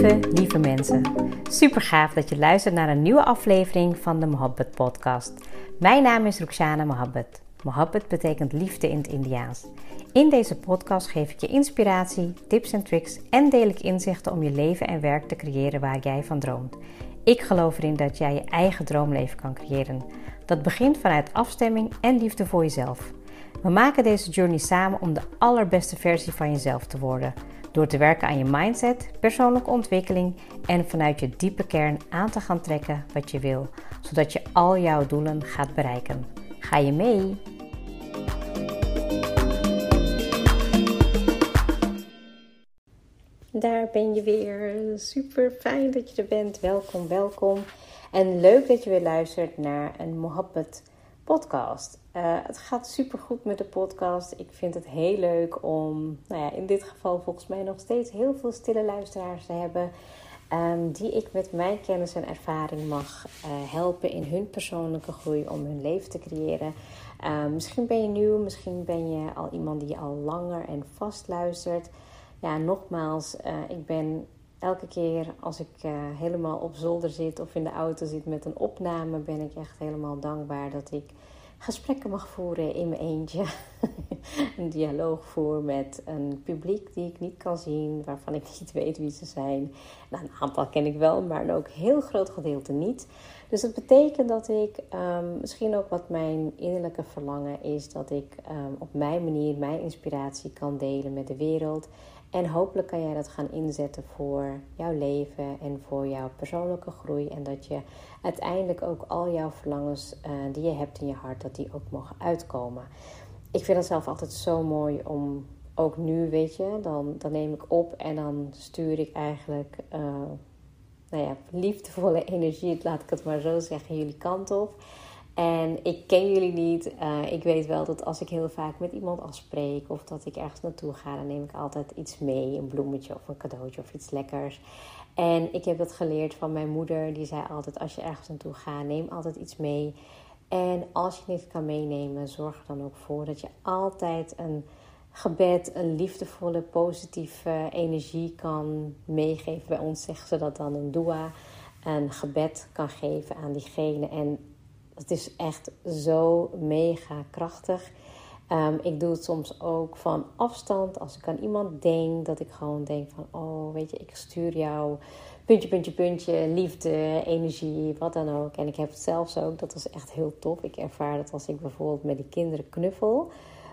Lieve mensen, super gaaf dat je luistert naar een nieuwe aflevering van de Mohabbat podcast. Mijn naam is Rukhsana Mohabbat. Mohabbat betekent liefde in het Indiaans. In deze podcast geef ik je inspiratie, tips en tricks en deel ik inzichten om je leven en werk te creëren waar jij van droomt. Ik geloof erin dat jij je eigen droomleven kan creëren. Dat begint vanuit afstemming en liefde voor jezelf. We maken deze journey samen om de allerbeste versie van jezelf te worden. Door te werken aan je mindset, persoonlijke ontwikkeling en vanuit je diepe kern aan te gaan trekken wat je wil. Zodat je al jouw doelen gaat bereiken. Ga je mee? Daar ben je weer. Super fijn dat je er bent. Welkom. En leuk dat je weer luistert naar een Mohabbat podcast. Het gaat super goed met de podcast. Ik vind het heel leuk om, in dit geval volgens mij nog steeds heel veel stille luisteraars te hebben. Die ik met mijn kennis en ervaring mag helpen in hun persoonlijke groei om hun leven te creëren. Misschien ben je nieuw, misschien ben je al iemand die al langer en vast luistert. Ja, nogmaals, ik ben elke keer als ik helemaal op zolder zit of in de auto zit met een opname, ben ik echt helemaal dankbaar dat ik gesprekken mag voeren in mijn eentje. Een dialoog voer met een publiek die ik niet kan zien, waarvan ik niet weet wie ze zijn. Nou, een aantal ken ik wel, maar ook een heel groot gedeelte niet. Dus dat betekent dat ik misschien ook wat mijn innerlijke verlangen is, dat ik op mijn manier mijn inspiratie kan delen met de wereld. En hopelijk kan jij dat gaan inzetten voor jouw leven en voor jouw persoonlijke groei. En dat je uiteindelijk ook al jouw verlangens die je hebt in je hart, dat die ook mogen uitkomen. Ik vind het zelf altijd zo mooi om, ook nu weet je, dan neem ik op en dan stuur ik eigenlijk liefdevolle energie, laat ik het maar zo zeggen, jullie kant op. En ik ken jullie niet. Ik weet wel dat als ik heel vaak met iemand afspreek of dat ik ergens naartoe ga, dan neem ik altijd iets mee. Een bloemetje of een cadeautje of iets lekkers. En ik heb dat geleerd van mijn moeder. Die zei altijd, als je ergens naartoe gaat, neem altijd iets mee. En als je niks kan meenemen, zorg er dan ook voor dat je altijd een gebed, een liefdevolle, positieve energie kan meegeven. Bij ons zeggen ze dat dan een dua, een gebed kan geven aan diegene. En het is echt zo mega krachtig. Ik doe het soms ook van afstand. Als ik aan iemand denk, dat ik gewoon denk van, oh, weet je, ik stuur jou puntje, liefde, energie, wat dan ook. En ik heb het zelfs ook, dat is echt heel tof. Ik ervaar dat als ik bijvoorbeeld met die kinderen knuffel,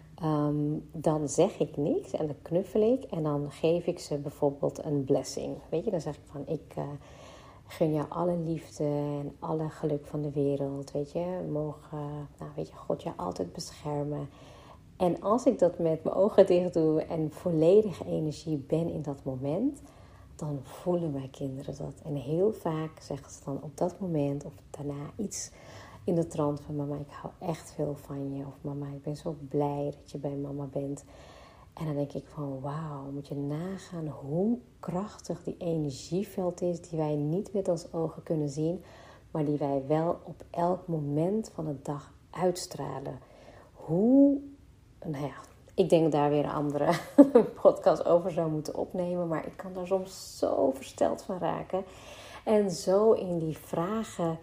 dan zeg ik niks en dan knuffel ik. En dan geef ik ze bijvoorbeeld een blessing. Weet je, dan zeg ik van, ik gun jou alle liefde en alle geluk van de wereld, weet je. Mogen, God jou altijd beschermen. En als ik dat met mijn ogen dicht doe en volledige energie ben in dat moment, dan voelen mijn kinderen dat. En heel vaak zeggen ze dan op dat moment of daarna iets in de trant van, mama, ik hou echt veel van je. Of mama, ik ben zo blij dat je bij mama bent. En dan denk ik van, wauw, moet je nagaan hoe krachtig die energieveld is die wij niet met ons ogen kunnen zien, maar die wij wel op elk moment van de dag uitstralen. Ik denk daar weer een andere podcast over zou moeten opnemen, maar ik kan daar soms zo versteld van raken. En zo in die vragen,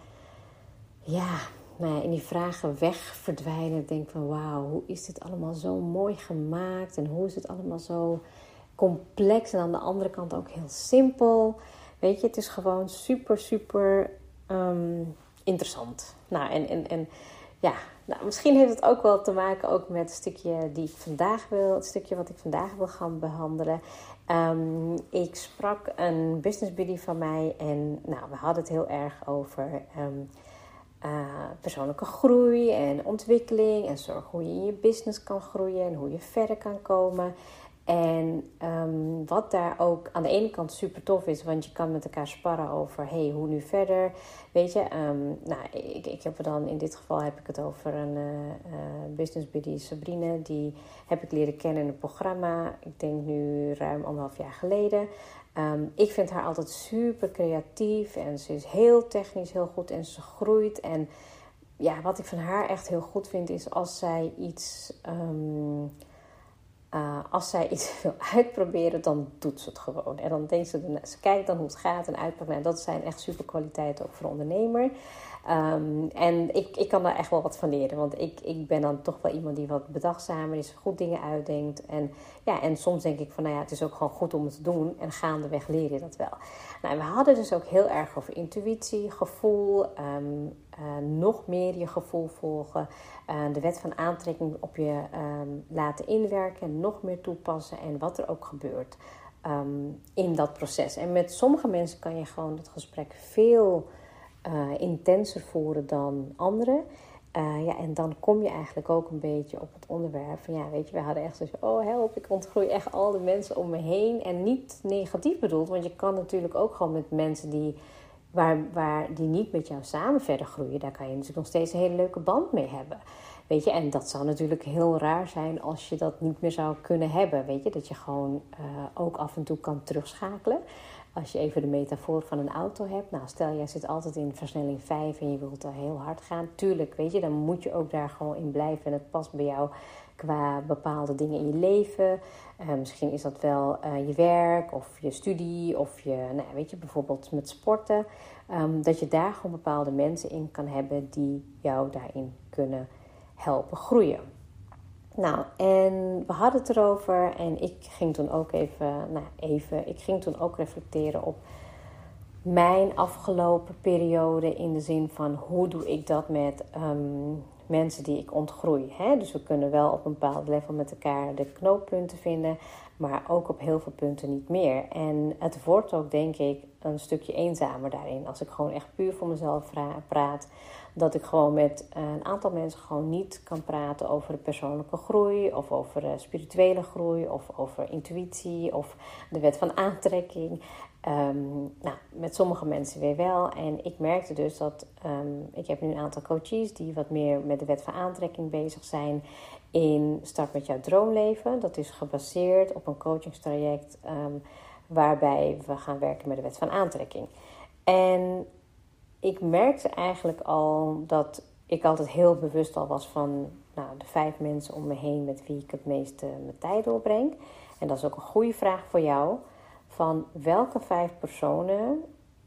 in die vragen weg verdwijnen. Ik denk van, wauw, hoe is dit allemaal zo mooi gemaakt? En hoe is het allemaal zo complex? En aan de andere kant ook heel simpel. Weet je, het is gewoon super interessant. Misschien heeft het ook wel te maken ook met het stukje het stukje wat ik vandaag wil gaan behandelen. Ik sprak een business buddy van mij en we hadden het heel erg over persoonlijke groei en ontwikkeling en zorg hoe je in je business kan groeien en hoe je verder kan komen. En wat daar ook aan de ene kant super tof is, want je kan met elkaar sparren over, hoe nu verder? Weet je, ik heb er dan, in dit geval heb ik het over een business buddy, Sabrine. Die heb ik leren kennen in een programma, ik denk nu ruim 1,5 jaar geleden. Ik vind haar altijd super creatief en ze is heel technisch, heel goed en ze groeit. En wat ik van haar echt heel goed vind is als zij iets als zij iets wil uitproberen, dan doet ze het gewoon. En dan denkt ze kijkt dan hoe het gaat en uitpakt. Nou, dat zijn echt super kwaliteiten ook voor een ondernemer. En ik kan daar echt wel wat van leren. Want ik ben dan toch wel iemand die wat bedachtzamer is, goed dingen uitdenkt. En soms denk ik van, het is ook gewoon goed om het te doen. En gaandeweg leer je dat wel. Nou, we hadden dus ook heel erg over intuïtie, gevoel, nog meer je gevoel volgen. De wet van aantrekking op je laten inwerken, nog meer toepassen en wat er ook gebeurt in dat proces. En met sommige mensen kan je gewoon het gesprek veel intenser voeren dan anderen. En dan kom je eigenlijk ook een beetje op het onderwerp van, weet je, we hadden echt zo van, help, ik ontgroei echt al de mensen om me heen. En niet negatief bedoeld, want je kan natuurlijk ook gewoon met mensen die niet met jou samen verder groeien, daar kan je natuurlijk nog steeds een hele leuke band mee hebben. Weet je, en dat zou natuurlijk heel raar zijn als je dat niet meer zou kunnen hebben. Weet je, dat je gewoon ook af en toe kan terugschakelen. Als je even de metafoor van een auto hebt. Nou, stel jij zit altijd in versnelling 5 en je wilt daar heel hard gaan. Tuurlijk, weet je, dan moet je ook daar gewoon in blijven. En het past bij jou qua bepaalde dingen in je leven. Misschien is dat wel je werk of je studie of bijvoorbeeld met sporten. Dat je daar gewoon bepaalde mensen in kan hebben die jou daarin kunnen helpen groeien. Nou, en we hadden het erover en ik ging toen ook ik ging toen ook reflecteren op mijn afgelopen periode in de zin van hoe doe ik dat met mensen die ik ontgroei. Hè? Dus we kunnen wel op een bepaald level met elkaar de knooppunten vinden, maar ook op heel veel punten niet meer. En het wordt ook, denk ik, een stukje eenzamer daarin. Als ik gewoon echt puur voor mezelf praat, dat ik gewoon met een aantal mensen gewoon niet kan praten over de persoonlijke groei of over spirituele groei of over intuïtie of de wet van aantrekking. Met sommige mensen weer wel. En ik merkte dus dat ik heb nu een aantal coaches die wat meer met de wet van aantrekking bezig zijn in Start met jouw droomleven. Dat is gebaseerd op een coachingstraject waarbij we gaan werken met de wet van aantrekking. En ik merkte eigenlijk al dat ik altijd heel bewust al was van de 5 mensen om me heen met wie ik het meeste mijn tijd doorbreng. En dat is ook een goede vraag voor jou. Van welke 5 personen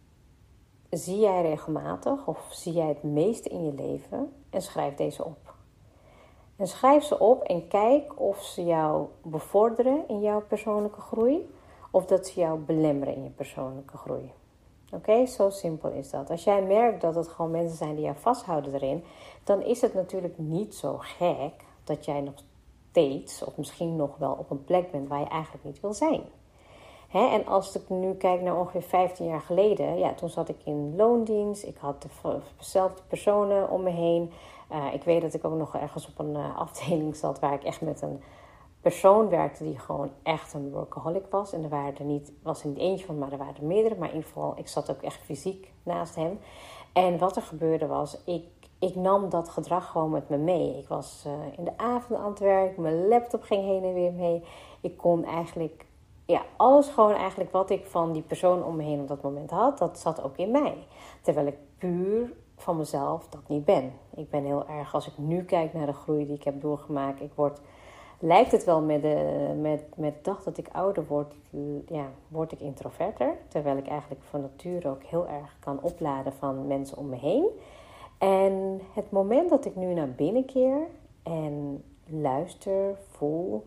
zie jij regelmatig of zie jij het meeste in je leven? En schrijf deze op. En schrijf ze op en kijk of ze jou bevorderen in jouw persoonlijke groei. Of dat ze jou belemmeren in je persoonlijke groei. Oké, zo simpel is dat. Als jij merkt dat het gewoon mensen zijn die jou vasthouden erin, dan is het natuurlijk niet zo gek dat jij nog steeds of misschien nog wel op een plek bent waar je eigenlijk niet wil zijn. En als ik nu kijk naar ongeveer 15 jaar geleden, toen zat ik in loondienst. Ik had dezelfde personen om me heen. Ik weet dat ik ook nog ergens op een afdeling zat waar ik echt met een persoon werkte die gewoon echt een workaholic was. En was er niet eentje van, maar er waren er meerdere. Maar in ieder geval, ik zat ook echt fysiek naast hem. En wat er gebeurde was, ik nam dat gedrag gewoon met me mee. Ik was in de avond aan het werk, mijn laptop ging heen en weer mee. Ik kon eigenlijk, alles gewoon eigenlijk wat ik van die persoon om me heen op dat moment had, dat zat ook in mij. Terwijl ik puur van mezelf dat niet ben. Ik ben heel erg, als ik nu kijk naar de groei die ik heb doorgemaakt, lijkt het wel met de dag dat ik ouder word ik introverter. Terwijl ik eigenlijk van nature ook heel erg kan opladen van mensen om me heen. En het moment dat ik nu naar binnen keer en luister, voel,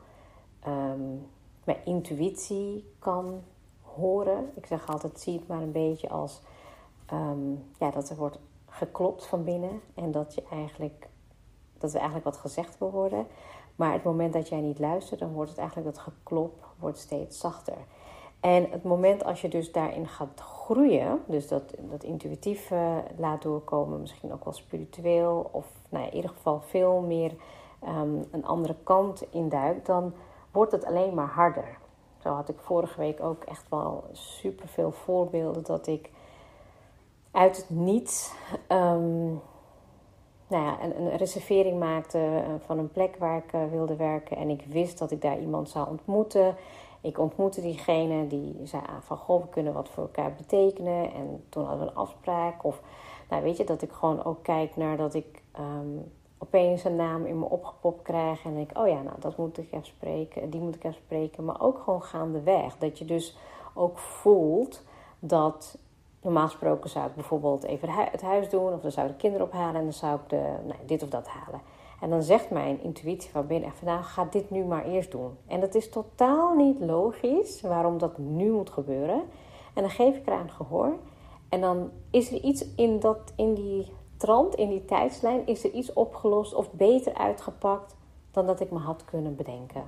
mijn intuïtie kan horen. Ik zeg altijd, zie het maar een beetje als dat er wordt geklopt van binnen. En dat er eigenlijk wat gezegd wil worden. Maar het moment dat jij niet luistert, dan wordt het eigenlijk dat geklop wordt steeds zachter. En het moment als je dus daarin gaat groeien, dus dat intuïtief laat doorkomen, misschien ook wel spiritueel, of in ieder geval veel meer een andere kant induikt, dan wordt het alleen maar harder. Zo had ik vorige week ook echt wel superveel voorbeelden dat ik uit het niets een reservering maakte van een plek waar ik wilde werken. En ik wist dat ik daar iemand zou ontmoeten. Ik ontmoette diegene die zei van, goh, we kunnen wat voor elkaar betekenen. En toen hadden we een afspraak. Of dat ik gewoon ook kijk naar dat ik opeens een naam in me opgepopt krijg en denk, oh ja, nou dat moet ik even spreken, die moet ik even spreken. Maar ook gewoon gaandeweg. Dat je dus ook voelt dat, normaal gesproken zou ik bijvoorbeeld even het huis doen, of dan zou ik de kinderen ophalen en dan zou ik dit of dat halen. En dan zegt mijn intuïtie van binnen echt van, nou ga dit nu maar eerst doen. En dat is totaal niet logisch waarom dat nu moet gebeuren. En dan geef ik eraan gehoor. En dan is er iets in die trant, in die tijdslijn, is er iets opgelost of beter uitgepakt dan dat ik me had kunnen bedenken.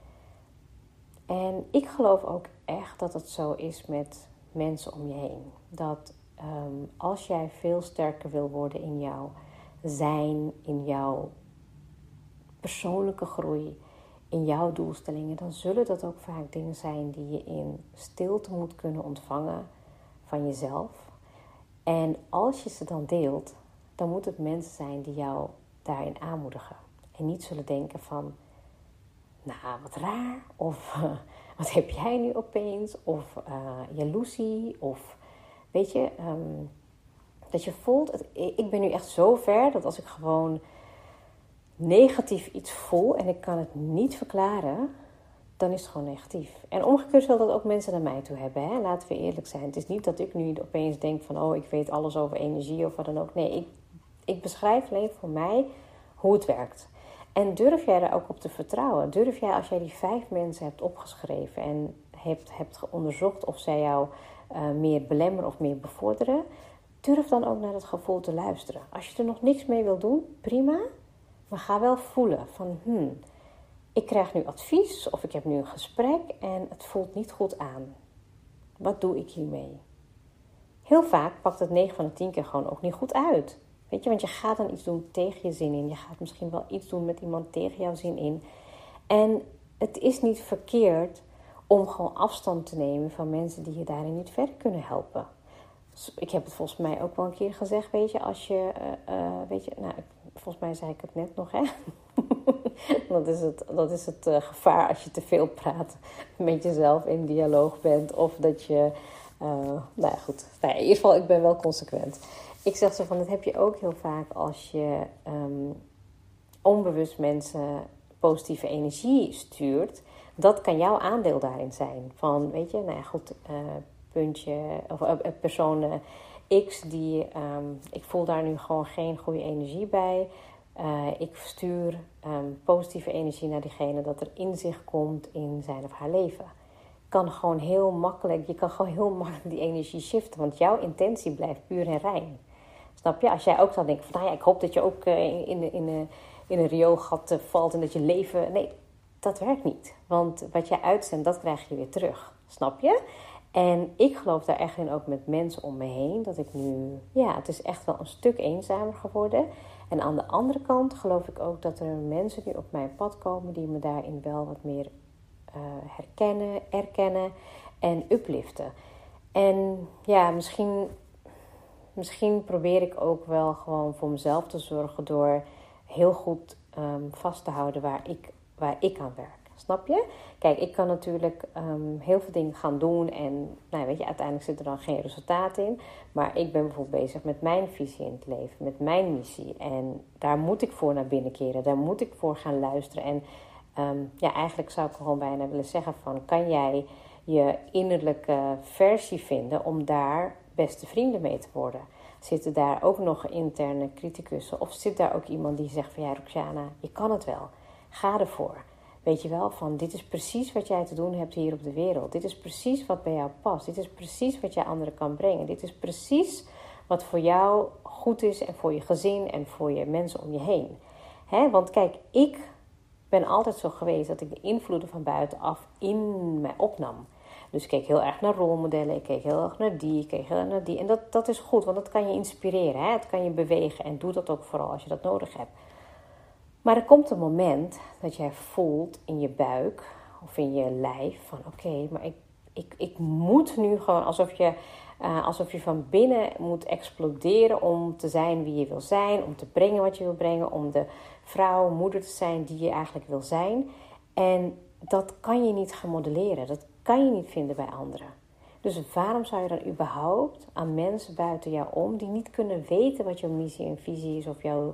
En ik geloof ook echt dat het zo is met mensen om je heen. Dat als jij veel sterker wil worden in jouw zijn, in jouw persoonlijke groei, in jouw doelstellingen, dan zullen dat ook vaak dingen zijn die je in stilte moet kunnen ontvangen van jezelf. En als je ze dan deelt, dan moet het mensen zijn die jou daarin aanmoedigen. En niet zullen denken van, nou, wat raar. Of wat heb jij nu opeens? Of jaloezie. Of weet je, dat je voelt, ik ben nu echt zo ver dat als ik gewoon negatief iets voel en ik kan het niet verklaren, dan is het gewoon negatief. En omgekeerd zal dat ook mensen naar mij toe hebben. Hè? Laten we eerlijk zijn. Het is niet dat ik nu opeens denk van, oh, ik weet alles over energie of wat dan ook. Nee, ik beschrijf alleen voor mij hoe het werkt. En durf jij daar ook op te vertrouwen? Durf jij, als jij die 5 mensen hebt opgeschreven en hebt onderzocht of zij jou meer belemmeren of meer bevorderen, durf dan ook naar dat gevoel te luisteren. Als je er nog niks mee wil doen, prima. Maar ga wel voelen van, ik krijg nu advies of ik heb nu een gesprek en het voelt niet goed aan. Wat doe ik hiermee? Heel vaak pakt het 9 van de 10 keer gewoon ook niet goed uit. Weet je, want je gaat dan iets doen tegen je zin in. Je gaat misschien wel iets doen met iemand tegen jouw zin in. En het is niet verkeerd om gewoon afstand te nemen van mensen die je daarin niet verder kunnen helpen. Dus ik heb het volgens mij ook wel een keer gezegd, weet je, als je, volgens mij zei ik het net nog, hè. Dat is het gevaar als je te veel praat met jezelf in dialoog bent. Of dat je, in ieder geval, ik ben wel consequent. Ik zeg zo van, dat heb je ook heel vaak als je onbewust mensen positieve energie stuurt. Dat kan jouw aandeel daarin zijn. Van, weet je, persoon X, ik voel daar nu gewoon geen goede energie bij. Ik stuur positieve energie naar diegene dat er inzicht komt in zijn of haar leven. Je kan gewoon heel makkelijk die energie shiften, want jouw intentie blijft puur en rein. Snap je? Als jij ook zou denken van, ik hoop dat je ook in een rioolgat valt en dat je leven... Nee, dat werkt niet. Want wat jij uitzendt, dat krijg je weer terug. Snap je? En ik geloof daar echt in, ook met mensen om me heen, dat ik nu... Ja, het is echt wel een stuk eenzamer geworden. En aan de andere kant geloof ik ook dat er mensen nu op mijn pad komen die me daarin wel wat meer erkennen en upliften. En ja, misschien probeer ik ook wel gewoon voor mezelf te zorgen door heel goed vast te houden waar ik aan werk. Snap je? Kijk, ik kan natuurlijk heel veel dingen gaan doen en uiteindelijk zit er dan geen resultaat in. Maar ik ben bijvoorbeeld bezig met mijn visie in het leven, met mijn missie. En daar moet ik voor naar binnen keren, daar moet ik voor gaan luisteren. En eigenlijk zou ik gewoon bijna willen zeggen van, kan jij je innerlijke versie vinden om daar beste vrienden mee te worden? Zitten daar ook nog interne criticussen? Of zit daar ook iemand die zegt van, ja Roxana, je kan het wel. Ga ervoor. Weet je wel, van dit is precies wat jij te doen hebt hier op de wereld. Dit is precies wat bij jou past. Dit is precies wat jij anderen kan brengen. Dit is precies wat voor jou goed is en voor je gezin en voor je mensen om je heen. Want kijk, ik ben altijd zo geweest dat ik de invloeden van buitenaf in mij opnam. Dus ik keek heel erg naar rolmodellen, ik keek heel erg naar die, ik keek heel erg naar die. En dat is goed, want dat kan je inspireren. Het kan je bewegen en doe dat ook vooral als je dat nodig hebt. Maar er komt een moment dat jij voelt in je buik of in je lijf van oké, maar ik moet nu gewoon alsof je van binnen moet exploderen om te zijn wie je wil zijn, om te brengen wat je wil brengen, om de vrouw, moeder te zijn die je eigenlijk wil zijn. En dat kan je niet gaan modelleren, dat kan je niet vinden bij anderen. Dus waarom zou je dan überhaupt aan mensen buiten jou om die niet kunnen weten wat jouw missie en visie is of jouw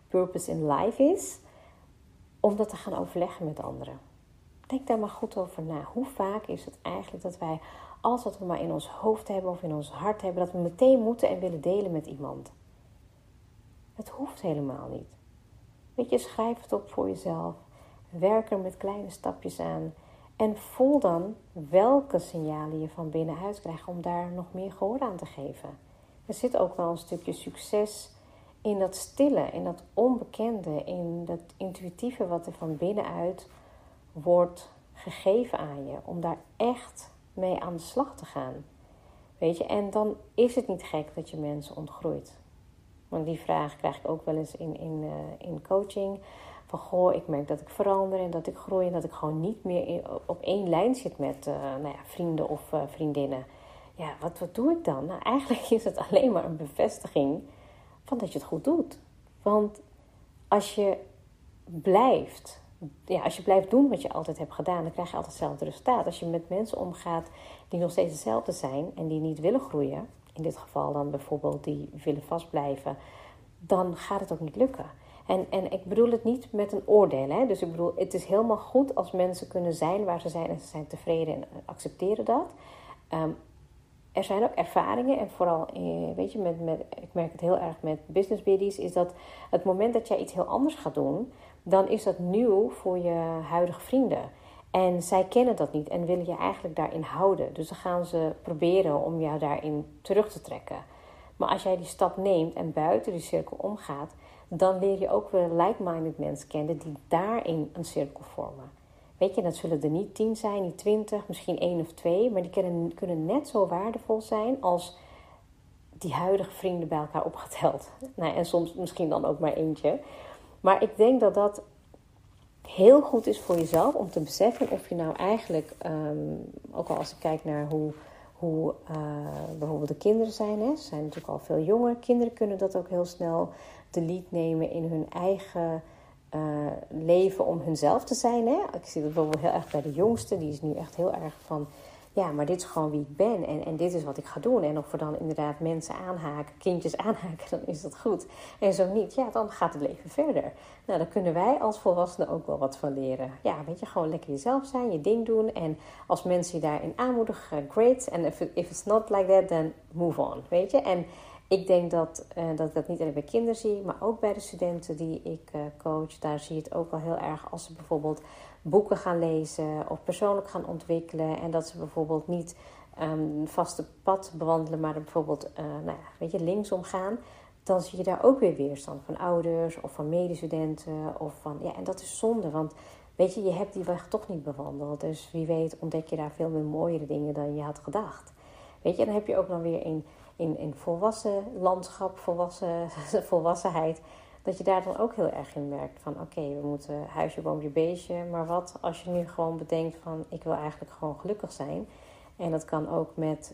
purpose in life is, om dat te gaan overleggen met anderen. Denk daar maar goed over na. Hoe vaak is het eigenlijk dat wij alles wat we maar in ons hoofd hebben of in ons hart hebben, dat we meteen moeten en willen delen met iemand? Het hoeft helemaal niet. Weet je, schrijf het op voor jezelf. Werk er met kleine stapjes aan. En voel dan welke signalen je van binnenuit krijgt om daar nog meer gehoor aan te geven. Er zit ook wel een stukje succes in dat stille, in dat onbekende, in dat intuïtieve wat er van binnenuit wordt gegeven aan je. Om daar echt mee aan de slag te gaan. Weet je, en dan is het niet gek dat je mensen ontgroeit. Want die vraag krijg ik ook wel eens in coaching. Van goh, ik merk dat ik verander en dat ik groei. En dat ik gewoon niet meer op één lijn zit met vrienden of vriendinnen. Ja, wat doe ik dan? Nou, eigenlijk is het alleen maar een bevestiging van dat je het goed doet. Want als je blijft doen wat je altijd hebt gedaan, dan krijg je altijd hetzelfde resultaat. Als je met mensen omgaat die nog steeds hetzelfde zijn en die niet willen groeien, in dit geval dan bijvoorbeeld die willen vastblijven, dan gaat het ook niet lukken. En ik bedoel het niet met een oordeel. Hè? Dus ik bedoel, het is helemaal goed als mensen kunnen zijn waar ze zijn en ze zijn tevreden en accepteren dat. Er zijn ook ervaringen en vooral, weet je, ik merk het heel erg met business buddies, is dat het moment dat jij iets heel anders gaat doen, dan is dat nieuw voor je huidige vrienden. En zij kennen dat niet en willen je eigenlijk daarin houden. Dus dan gaan ze proberen om jou daarin terug te trekken. Maar als jij die stap neemt en buiten die cirkel omgaat, dan leer je ook weer like-minded mensen kennen die daarin een cirkel vormen. Weet je, dat zullen er niet 10 zijn, niet 20, misschien 1 of 2. Maar die kunnen net zo waardevol zijn als die huidige vrienden bij elkaar opgeteld. Nou, en soms misschien dan ook maar eentje. Maar ik denk dat dat heel goed is voor jezelf om te beseffen of je nou eigenlijk, ook al als ik kijk naar hoe bijvoorbeeld de kinderen zijn. Hè, ze zijn natuurlijk al veel jonger. Kinderen kunnen dat ook heel snel de lead nemen in hun eigen leven om hunzelf te zijn. Hè? Ik zie dat bijvoorbeeld heel erg bij de jongste. Die is nu echt heel erg van, ja, maar dit is gewoon wie ik ben. En dit is wat ik ga doen. En of we dan inderdaad mensen aanhaken, kindjes aanhaken, dan is dat goed. En zo niet, ja, dan gaat het leven verder. Nou, dan kunnen wij als volwassenen ook wel wat van leren. Ja, weet je, gewoon lekker jezelf zijn, je ding doen. En als mensen je daarin aanmoedigen, great. En if it's not like that, then move on, weet je. En ik denk dat dat niet alleen bij kinderen zie, maar ook bij de studenten die ik coach. Daar zie je het ook wel heel erg als ze bijvoorbeeld boeken gaan lezen of persoonlijk gaan ontwikkelen. En dat ze bijvoorbeeld niet een vaste pad bewandelen, maar er bijvoorbeeld linksom gaan. Dan zie je daar ook weer weerstand van ouders of van medestudenten. En dat is zonde, want weet je hebt die weg toch niet bewandeld. Dus wie weet ontdek je daar veel meer mooiere dingen dan je had gedacht. Weet je, dan heb je ook dan weer in volwassen landschap, volwassenheid, dat je daar dan ook heel erg in merkt van oké, we moeten huisje, boompje, beestje. Maar wat als je nu gewoon bedenkt van ik wil eigenlijk gewoon gelukkig zijn. En dat kan ook met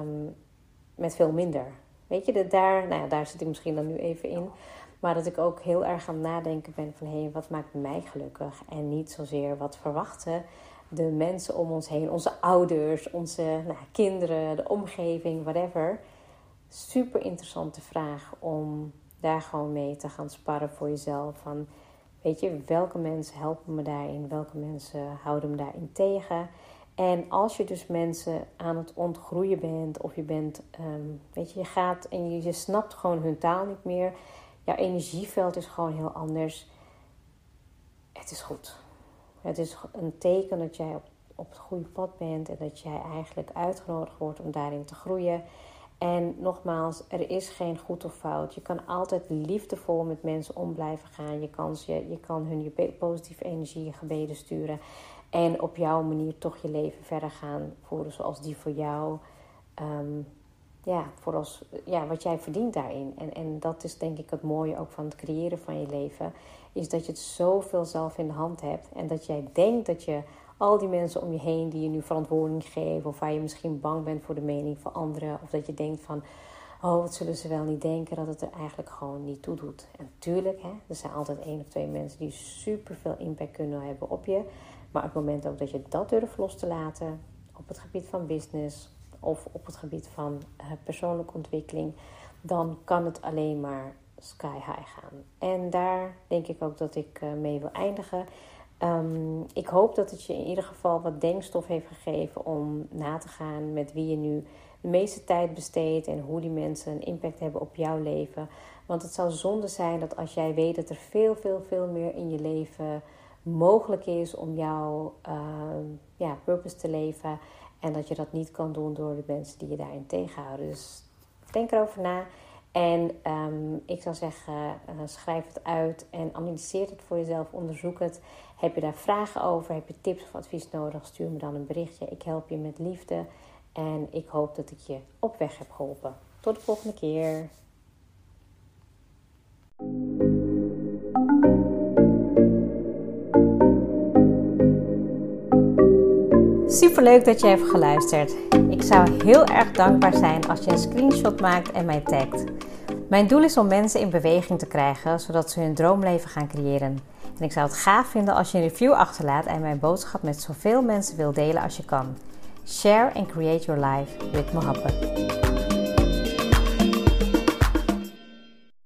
veel minder. Weet je, daar zit ik misschien dan nu even in. Maar dat ik ook heel erg aan het nadenken ben van wat maakt mij gelukkig? En niet zozeer wat verwachten de mensen om ons heen, onze ouders, onze kinderen, de omgeving, whatever. Super interessante vraag om daar gewoon mee te gaan sparren voor jezelf. Van, weet je, welke mensen helpen me daarin? Welke mensen houden me daarin tegen? En als je dus mensen aan het ontgroeien bent, of je bent, je gaat en je snapt gewoon hun taal niet meer. Jouw energieveld is gewoon heel anders. Het is goed. Het is een teken dat jij op het goede pad bent en dat jij eigenlijk uitgenodigd wordt om daarin te groeien. En nogmaals, er is geen goed of fout. Je kan altijd liefdevol met mensen om blijven gaan. Je kan hun je positieve energie, je gebeden sturen. En op jouw manier toch je leven verder gaan voeren zoals die voor jou, wat jij verdient daarin. En dat is denk ik het mooie ook van het creëren van je leven. Is dat je het zoveel zelf in de hand hebt. En dat jij denkt dat je al die mensen om je heen die je nu verantwoording geven. Of waar je misschien bang bent voor de mening van anderen. Of dat je denkt van, wat zullen ze wel niet denken. Dat het er eigenlijk gewoon niet toe doet. En natuurlijk, er zijn altijd 1 of 2 mensen die super veel impact kunnen hebben op je. Maar op het moment ook dat je dat durft los te laten. Op het gebied van business. Of op het gebied van persoonlijke ontwikkeling. Dan kan het alleen maar sky high gaan. En daar denk ik ook dat ik mee wil eindigen. Ik hoop dat het je in ieder geval wat denkstof heeft gegeven om na te gaan met wie je nu de meeste tijd besteedt en hoe die mensen een impact hebben op jouw leven. Want het zou zonde zijn dat als jij weet dat er veel meer in je leven mogelijk is om jouw purpose te leven en dat je dat niet kan doen door de mensen die je daarin tegenhouden. Dus denk erover na. En ik zou zeggen, schrijf het uit en analyseer het voor jezelf, onderzoek het. Heb je daar vragen over, heb je tips of advies nodig, stuur me dan een berichtje. Ik help je met liefde en ik hoop dat ik je op weg heb geholpen. Tot de volgende keer. Superleuk dat je hebt geluisterd. Ik zou heel erg dankbaar zijn als je een screenshot maakt en mij tagt. Mijn doel is om mensen in beweging te krijgen, zodat ze hun droomleven gaan creëren. En ik zou het gaaf vinden als je een review achterlaat en mijn boodschap met zoveel mensen wilt delen als je kan. Share and create your life with Mohabbat.